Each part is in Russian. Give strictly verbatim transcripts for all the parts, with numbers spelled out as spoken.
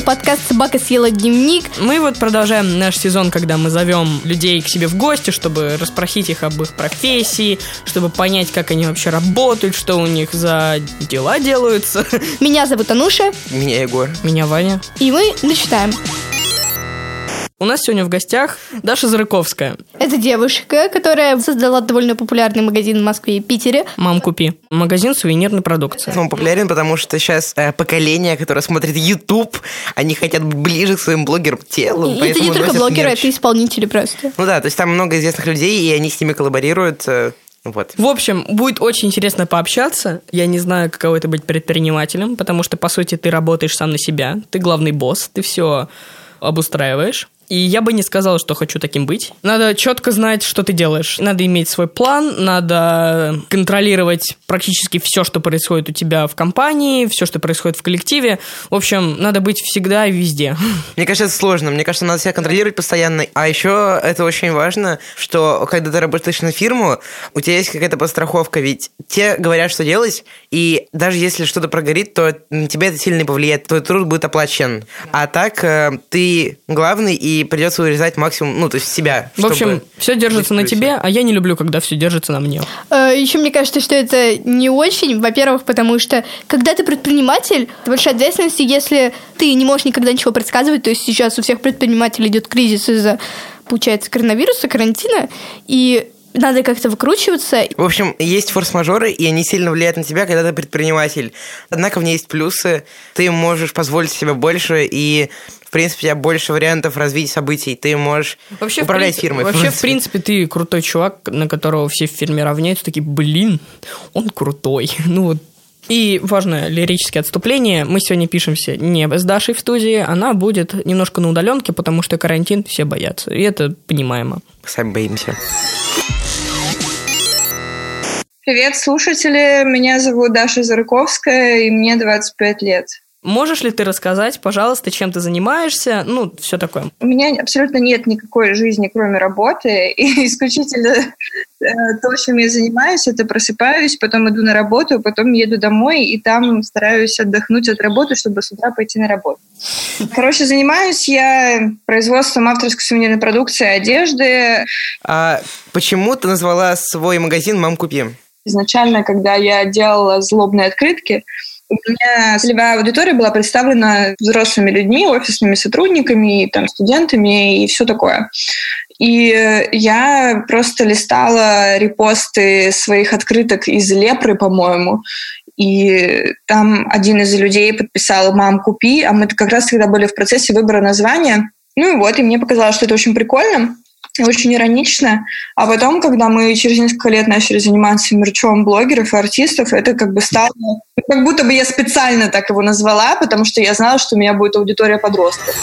подкаст «Собака съела дневник». Мы вот продолжаем наш сезон, когда мы зовем людей к себе в гости, чтобы расспросить их об их профессии, чтобы понять, как они вообще работают, что у них за дела делаются. Меня зовут Ануша. Меня Егор. Меня Ваня. И мы начинаем. У нас сегодня в гостях Даша Зарыковская. Это девушка, которая создала довольно популярный магазин в Москве и Питере. «Мам, купи». Магазин сувенирной продукции. Он популярен, потому что сейчас э, поколение, которое смотрит YouTube, они хотят быть ближе к своим блогерам-телу. И это не только блогеры, мерч. это исполнители просто. Ну да, то есть там много известных людей, и они с ними коллаборируют. Э, вот. В общем, будет очень интересно пообщаться. Я не знаю, каково это быть предпринимателем, потому что, по сути, ты работаешь сам на себя. Ты главный босс, ты все обустраиваешь. И я бы не сказала, что хочу таким быть. Надо четко знать, что ты делаешь. Надо иметь свой план, надо контролировать практически все, что происходит у тебя в компании, все, что происходит в коллективе. В общем, надо быть всегда и везде. Мне кажется, это сложно. Мне кажется, надо себя контролировать постоянно. А еще это очень важно, что когда ты работаешь на фирму, у тебя есть какая-то подстраховка. Ведь те говорят, что делать, и даже если что-то прогорит, то на тебя это сильно не повлияет. Твой труд будет оплачен. А так ты главный, и придется урезать максимум, ну, то есть себя. В общем, все держится на тебе, а я не люблю, когда все держится на мне. Еще мне кажется, что это не очень. Во-первых, потому что, когда ты предприниматель, это большая ответственность, и если ты не можешь никогда ничего предсказывать, то есть сейчас у всех предпринимателей идет кризис из-за, получается, коронавируса, карантина, и надо как-то выкручиваться. В общем, есть форс-мажоры, и они сильно влияют на тебя, когда ты предприниматель. Однако в ней есть плюсы. Ты можешь позволить себе больше, и, в принципе, у тебя больше вариантов развития событий. Ты можешь вообще, управлять в принципе, фирмой. Вообще, в принципе, ты крутой чувак, на которого все в фирме равняются. Такие, блин, он крутой. Ну вот. И важное лирическое отступление. Мы сегодня пишемся не с Дашей в студии. Она будет немножко на удаленке, потому что карантин, все боятся. И это понимаемо. Сами боимся. Привет, слушатели. Меня зовут Даша Зарыковская, и мне двадцать пять лет. Можешь ли ты рассказать, пожалуйста, чем ты занимаешься? Ну, все такое. У меня абсолютно нет никакой жизни, кроме работы. И исключительно то, чем я занимаюсь, это просыпаюсь, потом иду на работу, потом еду домой, и там стараюсь отдохнуть от работы, чтобы с утра пойти на работу. Короче, занимаюсь я производством авторской сувенирной продукции, одежды. А почему ты назвала свой магазин «Мам, купи»? Изначально, когда я делала злобные открытки, у меня целевая аудитория была представлена взрослыми людьми, офисными сотрудниками, там, студентами и все такое. И я просто листала репосты своих открыток из Лепры, по-моему, и там один из людей подписал «Мам, купи», а мы как раз тогда были в процессе выбора названия. Ну и вот, и мне показалось, что это очень прикольно. Очень иронично. А потом, когда мы через несколько лет начали заниматься мерчом блогеров и артистов, это как бы стало... Как будто бы я специально так его назвала, потому что я знала, что у меня будет аудитория подростков.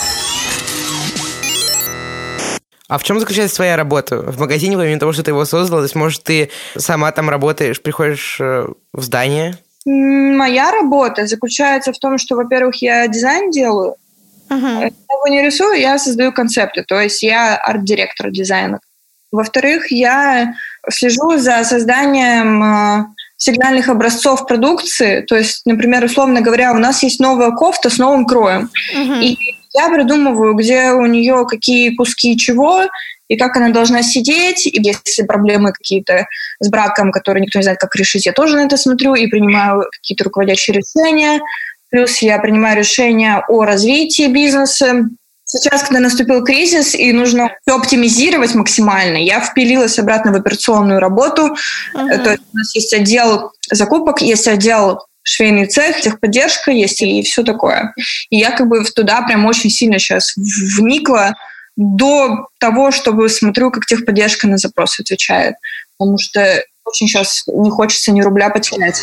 А в чем заключается твоя работа в магазине, помимо того, что ты его создала? То есть, может, ты сама там работаешь, приходишь в здание? Моя работа заключается в том, что, во-первых, я дизайн делаю. Uh-huh. Я его не рисую, я создаю концепты, то есть я арт-директор дизайна. Во-вторых, я слежу за созданием э, сигнальных образцов продукции, то есть, например, условно говоря, у нас есть новая кофта с новым кроем, uh-huh. и я придумываю, где у нее какие куски чего, и как она должна сидеть, и если проблемы какие-то с браком, которые никто не знает, как решить, я тоже на это смотрю и принимаю какие-то руководящие решения. Плюс я принимаю решения о развитии бизнеса. Сейчас, когда наступил кризис и нужно все оптимизировать максимально, я впилилась обратно в операционную работу. Uh-huh. То есть у нас есть отдел закупок, есть отдел швейный цех, техподдержка есть и все такое. И я как бы туда прям очень сильно сейчас вникла до того, чтобы смотрю, как техподдержка на запросы отвечает. Потому что очень сейчас не хочется ни рубля потерять.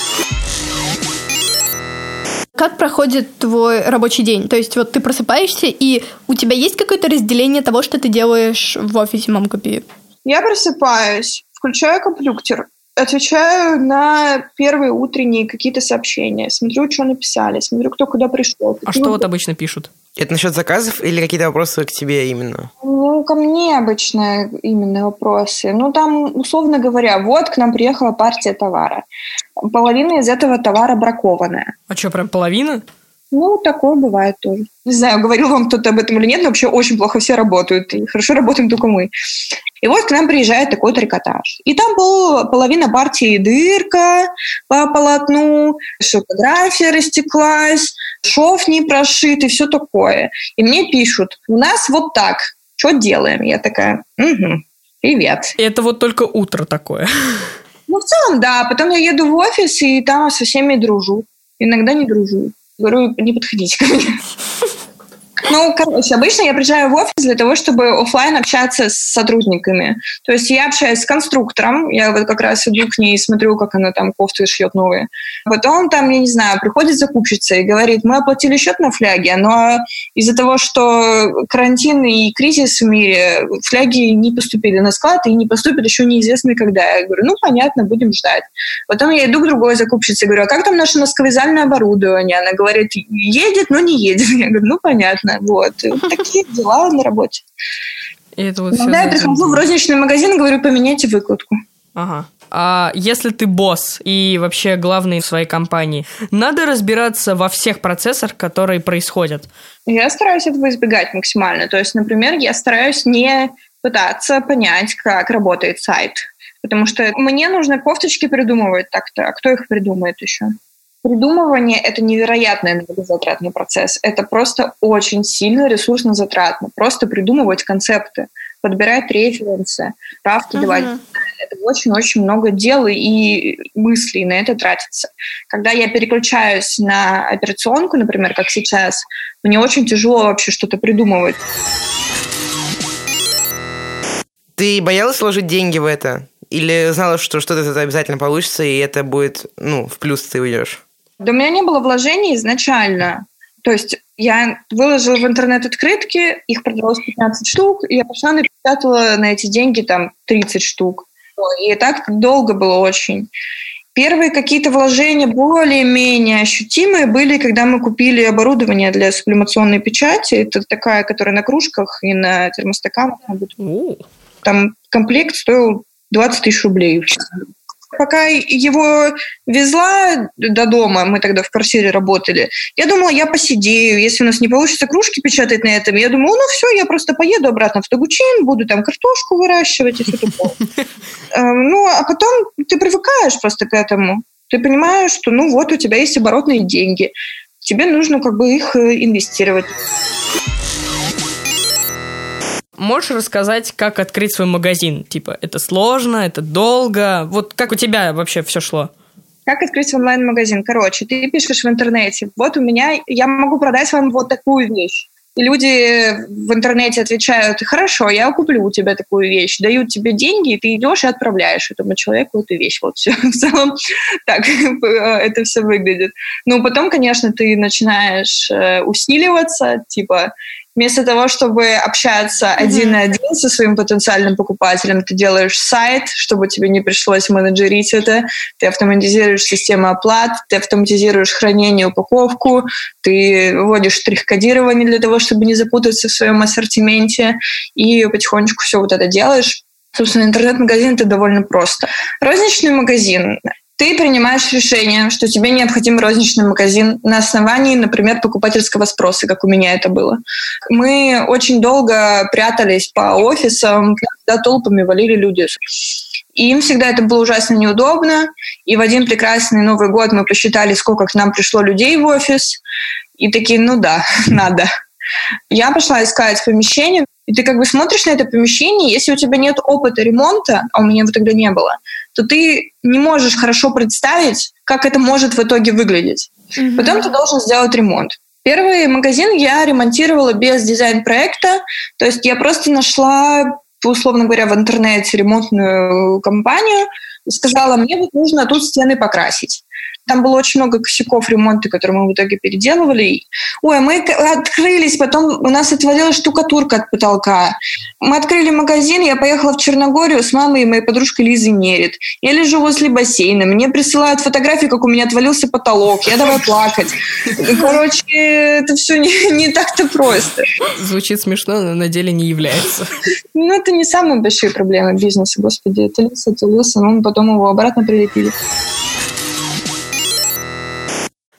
Как проходит твой рабочий день? То есть вот ты просыпаешься, и у тебя есть какое-то разделение того, что ты делаешь в офисе «Мам, купи»? Я просыпаюсь, включаю компьютер, отвечаю на первые утренние какие-то сообщения, смотрю, что написали, смотрю, кто куда пришел. А что вот обычно пишут? Это насчет заказов или какие-то вопросы к тебе именно? Ну, ко мне обычно именно вопросы. Ну, там, условно говоря, вот к нам приехала партия товара. Половина из этого товара бракованная. А что, прям половина? Ну, такое бывает тоже. Не знаю, говорил вам кто-то об этом или нет, но вообще очень плохо все работают. И хорошо работаем только мы. И вот к нам приезжает такой трикотаж. И там был половина партии дырка по полотну, фотография растеклась, шов не прошит и все такое. И мне пишут, у нас вот так, что делаем? Я такая, угу, привет. И это вот только утро такое. Ну, в целом, да. Потом я еду в офис, и там со всеми дружу. Иногда не дружу. Говорю, не подходите ко мне. Ну, короче, обычно я приезжаю в офис для того, чтобы офлайн общаться с сотрудниками. То есть я общаюсь с конструктором, я вот как раз иду к ней и смотрю, как она там кофты шьет новые. Потом там, я не знаю, приходит закупщица и говорит, мы оплатили счет на фляге, но из-за того, что карантин и кризис в мире, фляги не поступили на склад и не поступят еще неизвестно когда. Я говорю, ну, понятно, будем ждать. Потом я иду к другой закупщице и говорю, а как там наше носковязальное оборудование? Она говорит, едет, но не едет. Я говорю, ну, понятно. Вот. Такие дела на работе. И это вот Когда я прихожу в розничный магазин и говорю, поменяйте выкладку. Ага. А если ты босс и вообще главный в своей компании, надо разбираться во всех процессах, которые происходят? Я стараюсь этого избегать максимально. То есть, например, я стараюсь не пытаться понять, как работает сайт. Потому что мне нужно кофточки придумывать так-то, а кто их придумает еще? Придумывание – это невероятный энергозатратный процесс. Это просто очень сильно ресурсно затратно. Просто придумывать концепты, подбирать референсы, правки uh-huh. давать. Это очень-очень много дел и мыслей на это тратится. Когда я переключаюсь на операционку, например, как сейчас, мне очень тяжело вообще что-то придумывать. Ты боялась вложить деньги в это? Или знала, что что-то это обязательно получится, и это будет, ну, в плюс ты уйдешь? Да у меня не было вложений изначально. То есть я выложила в интернет открытки, их продалось пятнадцать штук, и я пошла напечатала на эти деньги там тридцать штук. И так долго было очень. Первые какие-то вложения более-менее ощутимые были, когда мы купили оборудование для сублимационной печати. Это такая, которая на кружках и на термостаканах. Там комплект стоил двадцать тысяч рублей. Пока его везла до дома, мы тогда в квартире работали, я думала, я посидею. Если у нас не получится кружки печатать на этом, я думала, ну все, я просто поеду обратно в Тогучин, буду там картошку выращивать и все такое. Ну, а потом ты привыкаешь просто к этому. Ты понимаешь, что ну вот у тебя есть оборотные деньги. Тебе нужно как бы их инвестировать. Можешь рассказать, как открыть свой магазин? Типа, это сложно, это долго? Вот как у тебя вообще все шло? Как открыть онлайн-магазин? Короче, ты пишешь в интернете, вот у меня, я могу продать вам вот такую вещь. И люди в интернете отвечают, хорошо, я куплю у тебя такую вещь, дают тебе деньги, и ты идешь и отправляешь этому человеку эту вещь. Вот все. В целом так это все выглядит. Ну, потом, конечно, ты начинаешь усиливаться, типа, вместо того, чтобы общаться mm-hmm. один на один со своим потенциальным покупателем, ты делаешь сайт, чтобы тебе не пришлось менеджерить это, ты автоматизируешь систему оплат, ты автоматизируешь хранение, упаковку, ты вводишь штрих-кодирование для того, чтобы не запутаться в своем ассортименте, и потихонечку все вот это делаешь. Собственно, интернет-магазин — это довольно просто. Розничный магазин — ты принимаешь решение, что тебе необходим розничный магазин на основании, например, покупательского спроса, как у меня это было. Мы очень долго прятались по офисам, когда толпами валили люди. И им всегда это было ужасно неудобно. И в один прекрасный Новый год мы посчитали, сколько к нам пришло людей в офис. И такие, ну да, надо. Я пошла искать помещение, и ты как бы смотришь на это помещение, если у тебя нет опыта ремонта, а у меня его тогда не было, то ты не можешь хорошо представить, как это может в итоге выглядеть. Mm-hmm. Потом ты должен сделать ремонт. Первый магазин я ремонтировала без дизайн-проекта, то есть я просто нашла, условно говоря, в интернете ремонтную компанию и сказала, мне вот нужно тут стены покрасить. Там было очень много косяков ремонта, которые мы в итоге переделывали. Ой, мы открылись, потом у нас отвалилась штукатурка от потолка. Мы открыли магазин, я поехала в Черногорию с мамой и моей подружкой Лизой Нерит. Я лежу возле бассейна, мне присылают фотографии, как у меня отвалился потолок. Я давай плакать. Короче, это все не, не так-то просто. Звучит смешно, но на деле не является. Ну, это не самые большие проблемы бизнеса, господи. Это лис, это лис, но потом его обратно прилепили.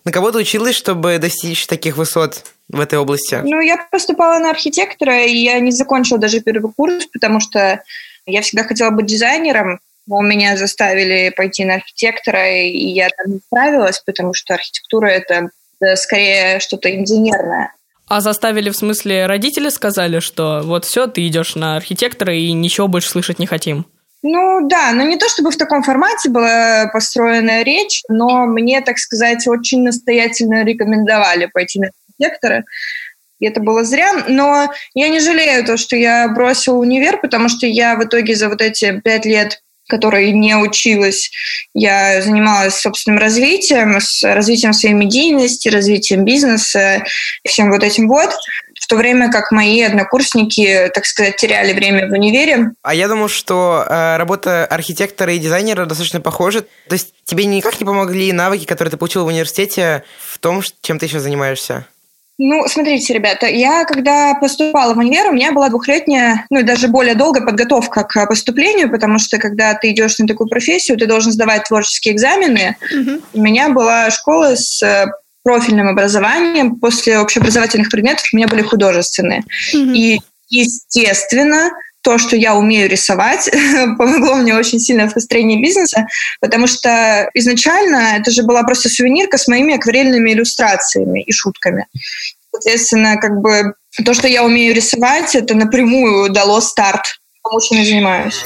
На кого ты училась, чтобы достичь таких высот в этой области? Ну, я поступала на архитектора, и я не закончила даже первый курс, потому что я всегда хотела быть дизайнером. Но меня заставили пойти на архитектора, и я там не справилась, потому что архитектура – это скорее что-то инженерное. А заставили, в смысле, родители сказали, что вот все, ты идешь на архитектора и ничего больше слышать не хотим? Ну да, но не то чтобы в таком формате была построена речь, но мне, так сказать, очень настоятельно рекомендовали пойти на архитектора. И это было зря, но я не жалею то, что я бросила универ, потому что я в итоге за вот эти пять лет, которые не училась, я занималась собственным развитием, с развитием своей медийности, развитием бизнеса, всем вот этим вот, в то время как мои однокурсники, так сказать, теряли время в универе. А я думал, что э, работа архитектора и дизайнера достаточно похожа. То есть тебе никак не помогли навыки, которые ты получила в университете, в том, чем ты сейчас занимаешься? Ну, смотрите, ребята, я когда поступала в универ, у меня была двухлетняя, ну и даже более долгая подготовка к поступлению, потому что когда ты идешь на такую профессию, ты должен сдавать творческие экзамены. Mm-hmm. У меня была школа с профильным образованием, после общеобразовательных предметов у меня были художественные. Mm-hmm. И, естественно, то, что я умею рисовать, помогло мне очень сильно в построении бизнеса, потому что изначально это же была просто сувенирка с моими акварельными иллюстрациями и шутками. Соответственно, как бы то, что я умею рисовать, это напрямую дало старт тому, чем я занимаюсь.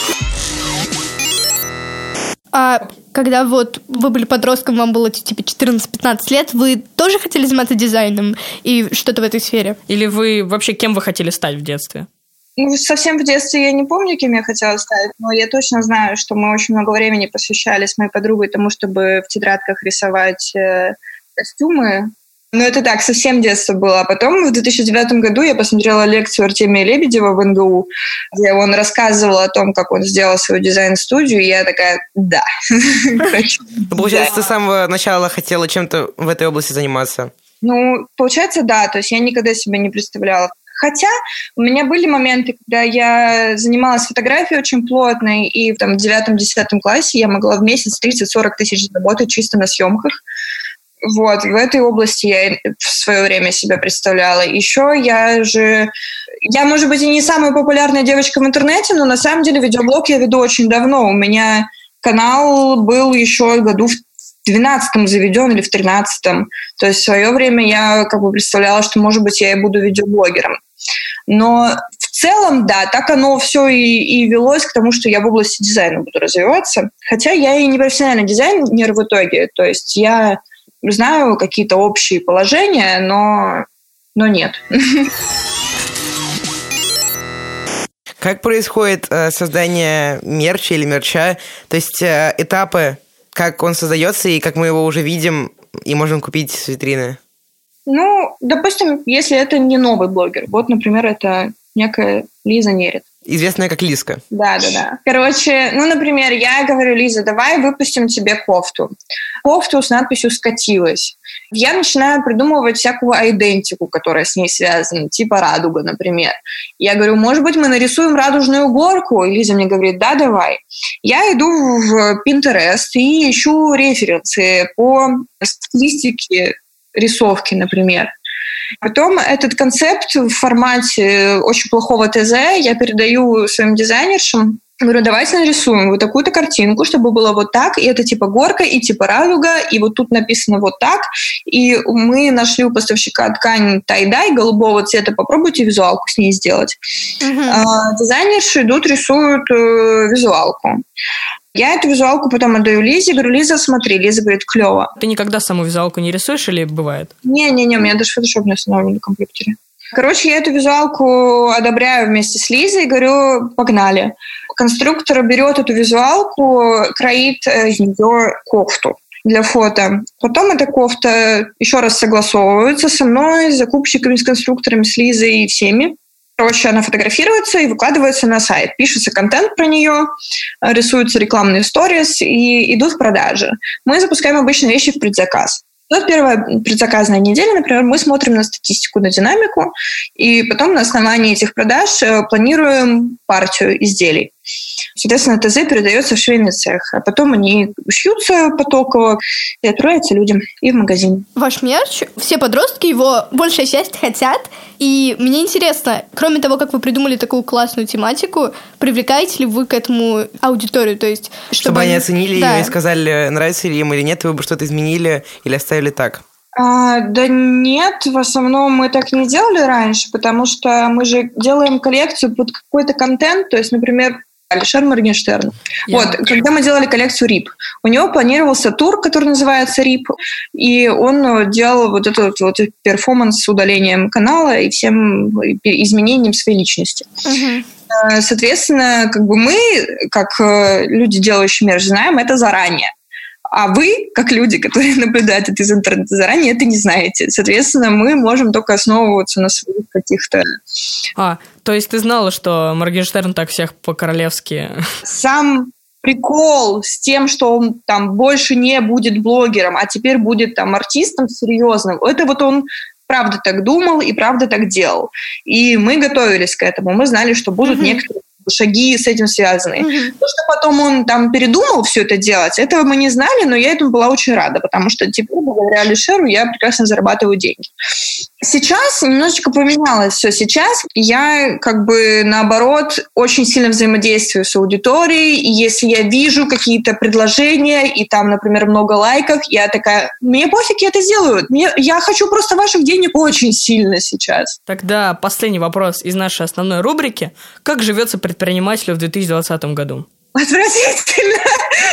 А когда вот вы были подростком, вам было типа четырнадцать-пятнадцать лет, вы тоже хотели заниматься дизайном и что-то в этой сфере? Или вы вообще кем вы хотели стать в детстве? Ну, совсем в детстве я не помню, кем я хотела стать, но я точно знаю, что мы очень много времени посвящали с моей подругой тому, чтобы в тетрадках рисовать э, костюмы. Но это так, совсем детство было. А потом в две тысячи девятом году я посмотрела лекцию Артемия Лебедева в эн гэ у, где он рассказывал о том, как он сделал свою дизайн-студию, и я такая, да. Получается, ты с самого начала хотела чем-то в этой области заниматься? Ну, получается, да. То есть я никогда себя не представляла. Хотя у меня были моменты, когда я занималась фотографией очень плотно, и там, в девятом-десятом классе я могла в месяц тридцать-сорок тысяч заработать чисто на съемках. Вот, в этой области я в свое время себя представляла. Еще я же... Я, может быть, и не самая популярная девочка в интернете, но на самом деле видеоблог я веду очень давно. У меня канал был еще году в двенадцатом заведен или в тринадцатом. То есть в свое время я как бы представляла, что, может быть, я и буду видеоблогером. Но в целом, да, так оно все и, и велось к тому, что я в области дизайна буду развиваться. Хотя я и не профессиональный дизайнер в итоге. То есть я знаю какие-то общие положения, но, но нет. Как происходит э, создание мерча или мерча? То есть э, этапы, как он создается и как мы его уже видим и можем купить с витрины? Ну, допустим, если это не новый блогер. Вот, например, это некая Лиза Нерет. Известная как Лизка. Да, да, да. Короче, ну, например, я говорю: Лиза, давай выпустим тебе кофту. Кофту с надписью «Скатилась». Я начинаю придумывать всякую айдентику, которая с ней связана, типа радуга, например. Я говорю: может быть, мы нарисуем радужную горку? И Лиза мне говорит: да, давай. Я иду в Pinterest и ищу референсы по стилистике рисовки, например. Потом этот концепт в формате очень плохого ТЗ я передаю своим дизайнершам. Говорю: давайте нарисуем вот такую-то картинку, чтобы было вот так, и это типа горка, и типа радуга, и вот тут написано вот так. И мы нашли у поставщика ткань тай-дай голубого цвета, попробуйте визуалку с ней сделать. Uh-huh. А, дизайнерши идут, рисуют э, визуалку. Я эту визуалку потом отдаю Лизе, говорю: Лиза, смотри. Лиза говорит: клево. Ты никогда саму визуалку не рисуешь или бывает? Не-не-не, у меня даже фотошоп не установлен на компьютере. Короче, я эту визуалку одобряю вместе с Лизой и говорю: погнали. Конструктор берет эту визуалку, кроит ее кофту для фото. Потом эта кофта еще раз согласовывается со мной, с закупщиками, с конструкторами, с Лизой и всеми. Короче, она фотографируется и выкладывается на сайт. Пишется контент про нее, рисуются рекламные сторис и идут в продажи. Мы запускаем обычно вещи в предзаказ. Вот первая предзаказная неделя, например, мы смотрим на статистику, на динамику, и потом на основании этих продаж планируем партию изделий. Соответственно, ТЗ передается в швейный цех, а потом они шьются потоково и отправляются людям и в магазин. Ваш мерч, все подростки его большая часть хотят, и мне интересно, кроме того, как вы придумали такую классную тематику, привлекаете ли вы к этому аудиторию? То есть, чтобы, чтобы они они оценили да. ее и сказали, нравится ли им или нет, и вы бы что-то изменили или оставили так? А, да нет, в основном мы так не делали раньше, потому что мы же делаем коллекцию под какой-то контент, то есть, например, Алишер Моргенштерн. Yeah. Вот, когда мы делали коллекцию рип, у него планировался тур, который называется рип, и он делал вот этот вот перформанс с удалением канала и всем изменением своей личности. Uh-huh. Соответственно, как бы мы, как люди, делающие мерч, знаем это заранее. А вы, как люди, которые наблюдают это из интернета, заранее это не знаете. Соответственно, мы можем только основываться на своих каких-то... А, то есть ты знала, что Моргенштерн так всех по-королевски... Сам прикол с тем, что он там больше не будет блогером, а теперь будет там артистом серьезным, это вот он правда так думал и правда так делал. И мы готовились к этому. Мы знали, что будут mm-hmm. некоторые шаги с этим связаны. Mm-hmm. То, что потом он там передумал все это делать, этого мы не знали, но я этому была очень рада, потому что теперь, благодаря Алишеру, я прекрасно зарабатываю деньги. Сейчас немножечко поменялось все. Сейчас я как бы наоборот очень сильно взаимодействую с аудиторией, и если я вижу какие-то предложения, и там, например, много лайков, я такая, мне пофиг, я это сделаю. Мне, я хочу просто ваших денег очень сильно сейчас. Тогда последний вопрос из нашей основной рубрики. Как живется предпринимателю в две тысячи двадцатом году? Отвратительно.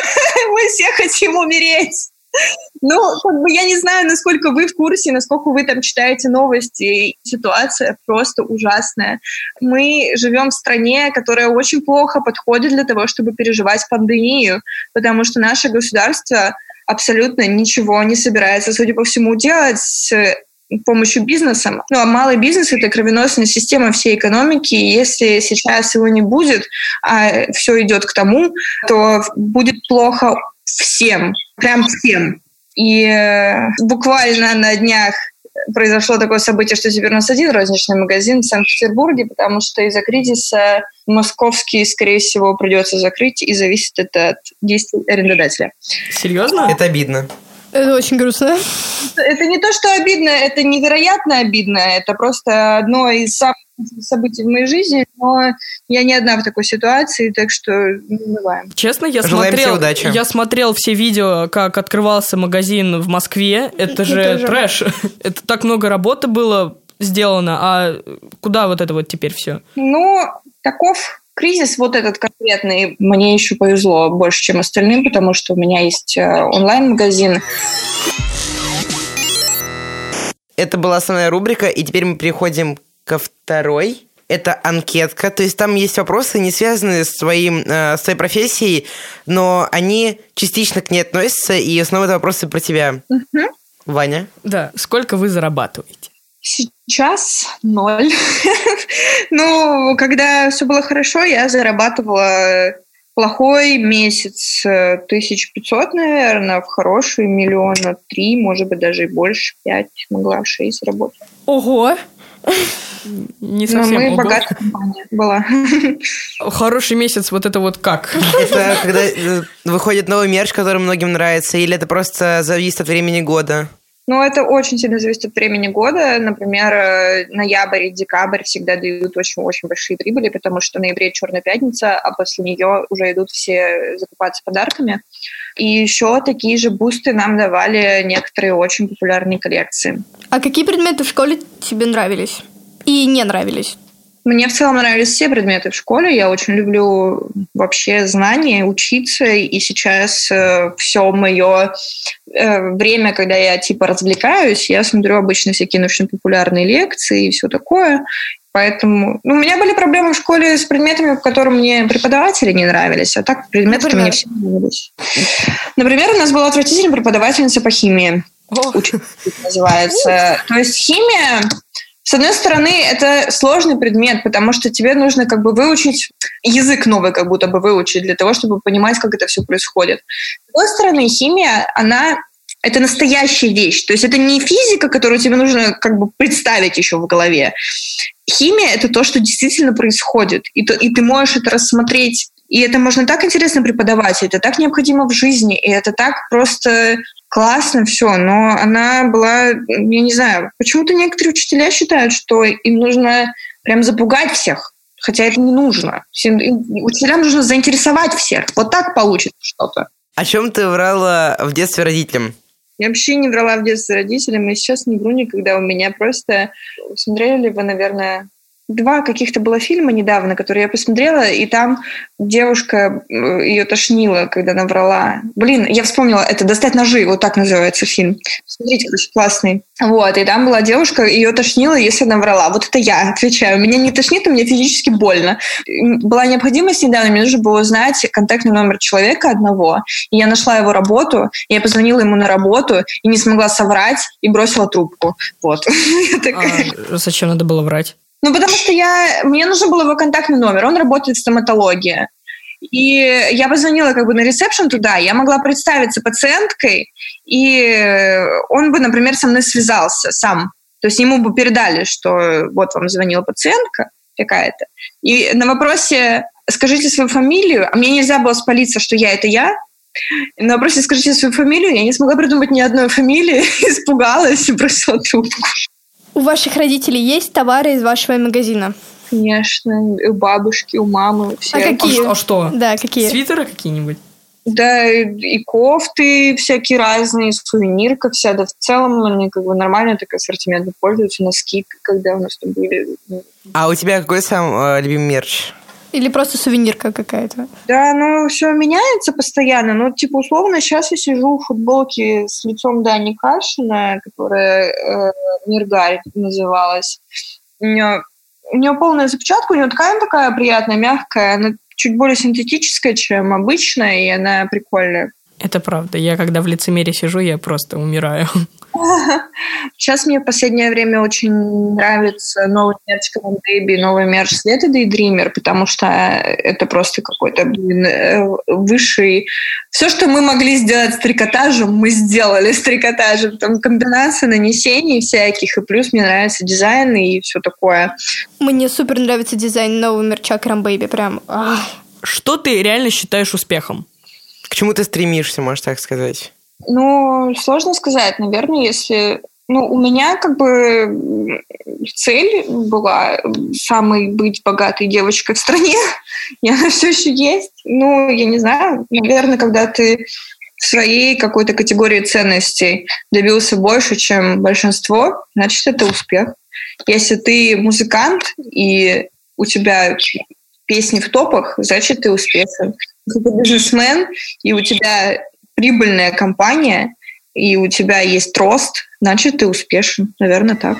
Мы все хотим умереть. Ну, как бы я не знаю, насколько вы в курсе, насколько вы там читаете новости. Ситуация просто ужасная. Мы живем в стране, которая очень плохо подходит для того, чтобы переживать пандемию, потому что наше государство абсолютно ничего не собирается, судя по всему, делать с помощью бизнеса. Ну, а малый бизнес — это кровеносная система всей экономики. И если сейчас его не будет, а все идет к тому, то будет плохо всем, прям всем. И э, буквально на днях произошло такое событие, что теперь у нас один розничный магазин в Санкт-Петербурге, потому что из-за кризиса московский, скорее всего, придется закрыть, и зависит это от действий арендодателя. Серьезно? Это обидно. Это очень грустно. Это не то, что обидно, это невероятно обидно. Это просто одно из самых событий в моей жизни, но я не одна в такой ситуации, так что не унываем. Честно, я Желаем смотрел, тебе удачи. я смотрел все видео, как открывался магазин в Москве. Это же Это трэш. Это так много работы было сделано, а куда вот это вот теперь все? Ну, таков кризис вот этот конкретный. Мне еще повезло больше, чем остальным, потому что у меня есть онлайн-магазин. Это была основная рубрика, и теперь мы переходим ко второй. Это анкетка, то есть там есть вопросы, не связанные с, своим, э, с твоей профессией, но они частично к ней относятся, и снова это вопросы про тебя. Угу. Ваня? Да, сколько вы зарабатываете? Сейчас ноль. Ну, когда все было хорошо, я зарабатывала плохой месяц тысяча пятьсот, наверное, в хороший миллиона три, может быть, даже и больше, пять, могла шесть работать. Ого! Не совсем. Но мы ого. богатая компания была. Хороший месяц, вот это вот как? Это когда выходит новый мерч, который многим нравится, или это просто зависит от времени года? Ну, это очень сильно зависит от времени года. Например, ноябрь и декабрь всегда дают очень-очень большие прибыли, потому что в ноябре Черная пятница, а после нее уже идут все закупаться подарками. И еще такие же бусты нам давали некоторые очень популярные коллекции. А какие предметы в школе тебе нравились и не нравились? Мне в целом нравились все предметы в школе. Я очень люблю вообще знания, учиться. И сейчас э, все мое э, время, когда я типа развлекаюсь, я смотрю обычно всякие научно-популярные лекции и все такое. Поэтому ну, у меня были проблемы в школе с предметами, по которым мне преподаватели не нравились, а так предметы мне все нравились. Например, у нас была отвратительная преподавательница по химии. Учитель называется. То есть химия... С одной стороны, это сложный предмет, потому что тебе нужно как бы выучить язык новый, как будто бы выучить для того, чтобы понимать, как это все происходит. С другой стороны, химия, она это настоящая вещь. То есть это не физика, которую тебе нужно как бы представить еще в голове. Химия — это то, что действительно происходит. И, то, и ты можешь это рассмотреть И это можно так интересно преподавать, это так необходимо в жизни, и это так просто классно все. Но она была, я не знаю, почему-то некоторые учителя считают, что им нужно прям запугать всех, хотя это не нужно. Учителям нужно заинтересовать всех. Вот так получится что-то. О чем ты врала в детстве родителям? Я вообще не врала в детстве родителям, и сейчас не вру никогда. У меня просто... Смотрели ли вы, наверное... Два каких-то было фильма недавно, которые я посмотрела, и там девушка, ее тошнило, когда она врала. Блин, я вспомнила, это «Достать ножи», вот так называется фильм. Смотрите, короче, классный. Вот, и там была девушка, ее тошнило, если она врала. Вот это я отвечаю. Меня не тошнит, а мне физически больно. Была необходимость недавно, мне нужно было узнать контактный номер человека одного, и я нашла его работу, и я позвонила ему на работу, и не смогла соврать, и бросила трубку. Вот. А зачем надо было врать? Ну, потому что я, мне нужен был его контактный номер, он работает в стоматологии. И я позвонила как бы на ресепшн туда, я могла представиться пациенткой, и он бы, например, со мной связался сам. То есть ему бы передали, что вот вам звонила пациентка какая-то. И на вопросе «скажите свою фамилию», а мне нельзя было спалиться, что я — это я. На вопросе «скажите свою фамилию», я не смогла придумать ни одной фамилии, испугалась и бросила трубку. У ваших родителей есть товары из вашего магазина? Конечно, у бабушки, у мамы. Все. А какие? А что? Да, какие? Свитеры какие-нибудь? Да, и кофты всякие разные, сувенирка вся. Да в целом они как бы нормально так ассортиментно пользуются, носки, когда у нас там были. А у тебя какой сам э, любимый мерч? Или просто сувенирка какая-то? Да, ну все меняется постоянно. Ну, типа, условно, сейчас я сижу в футболке с лицом Дани Кашина, которая э, Миргарь называлась. У нее, у нее полная запечатка, у нее ткань такая приятная, мягкая, она чуть более синтетическая, чем обычная, и она прикольная. Это правда. Я когда в лицемере сижу, я просто умираю. Сейчас мне в последнее время очень нравится новый мерч Cram Baby, новый мерч Света Daydreamer, потому что это просто какой-то, блин, высший... Все, что мы могли сделать с трикотажем, мы сделали с трикотажем. Там комбинация нанесений всяких, и плюс мне нравится дизайн и все такое. Мне супер нравится дизайн нового мерча Cram Baby, прям... Ах. Что ты реально считаешь успехом? К чему ты стремишься, можно так сказать? Ну, сложно сказать. Наверное, если... Ну, у меня как бы цель была самой быть богатой девочкой в стране, и она все еще есть. Ну, я не знаю. Наверное, когда ты в своей какой-то категории ценностей добился больше, чем большинство, значит, это успех. Если ты музыкант, и у тебя песни в топах, значит, ты успешен. Если ты бизнесмен, и у тебя прибыльная компания, и у тебя есть рост, значит, ты успешен. Наверное, так.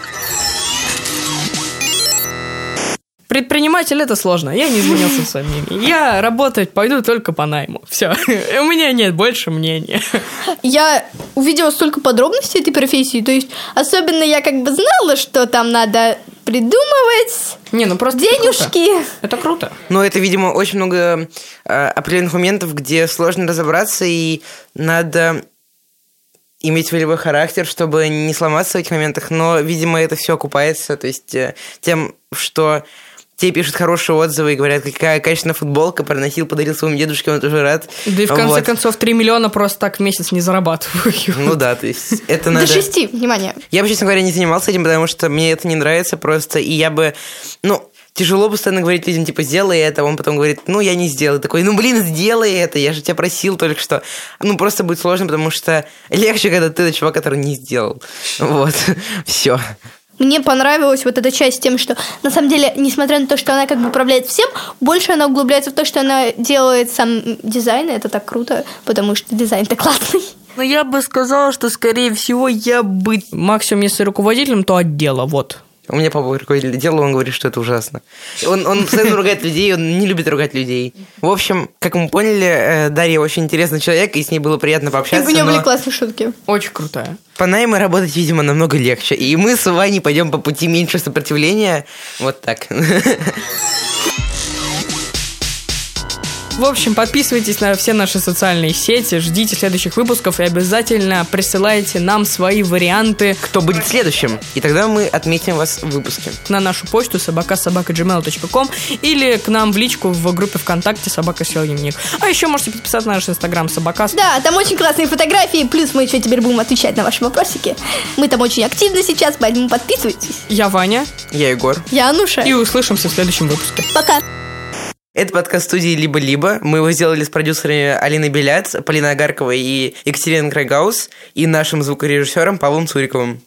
Предприниматель — это сложно. Я не изменился с вами. Я работать пойду только по найму. Все. У меня нет больше мнения. Я увидела столько подробностей этой профессии. То есть, особенно я как бы знала, что там надо придумывать не, ну просто денежки. Это круто. Это круто. Но это, видимо, очень много э, определенных моментов, где сложно разобраться, и надо иметь волевой характер, чтобы не сломаться в этих моментах. Но, видимо, это все окупается. То есть э, тем, что тебе пишут хорошие отзывы и говорят, какая качественная футболка, проносил, подарил своему дедушке, он тоже рад. Да и в конце вот. концов три миллиона просто так в месяц не зарабатываю. Ну да, то есть это надо... До шести, внимание. Я бы, честно говоря, не занимался этим, потому что мне это не нравится просто, и я бы... Ну, тяжело постоянно говорить людям, типа, сделай это, он потом говорит, ну, я не сделаю. Такой, ну, блин, сделай это, я же тебя просил только что. Ну, просто будет сложно, потому что легче, когда ты чувак, который не сделал. Вот, все. Мне понравилась вот эта часть тем, что, на самом деле, несмотря на то, что она как бы управляет всем, больше она углубляется в то, что она делает сам дизайн, и это так круто, потому что дизайн-то классный. Ну, я бы сказала, что, скорее всего, я бы максимум, если руководителем, то отдела, вот. У меня папа руководитель отдела, он говорит, что это ужасно. Он, он постоянно ругает людей, он не любит ругать людей. В общем, как мы поняли, Дарья очень интересный человек, и с ней было приятно пообщаться. И у нее но... были классные шутки. Очень крутая. По найму работать, видимо, намного легче. И мы с Ваней пойдем по пути меньшего сопротивления. Вот так. В общем, подписывайтесь на все наши социальные сети, ждите следующих выпусков и обязательно присылайте нам свои варианты. Кто будет следующим? И тогда мы отметим вас в выпуске. На нашу почту собака собака джи мейл точка ком или к нам в личку в группе ВКонтакте «Собака съел дневник». А еще можете подписаться на наш инстаграм «Собакас». Да, там очень классные фотографии, плюс мы еще теперь будем отвечать на ваши вопросики. Мы там очень активны сейчас, поэтому подписывайтесь. Я Ваня. Я Егор. Я Ануша. И услышимся в следующем выпуске. Пока. Это подкаст студии «Либо-либо». Мы его сделали с продюсерами Алиной Беляц, Полиной Агарковой и Екатериной Крайгаус и нашим звукорежиссером Павлом Цуриковым.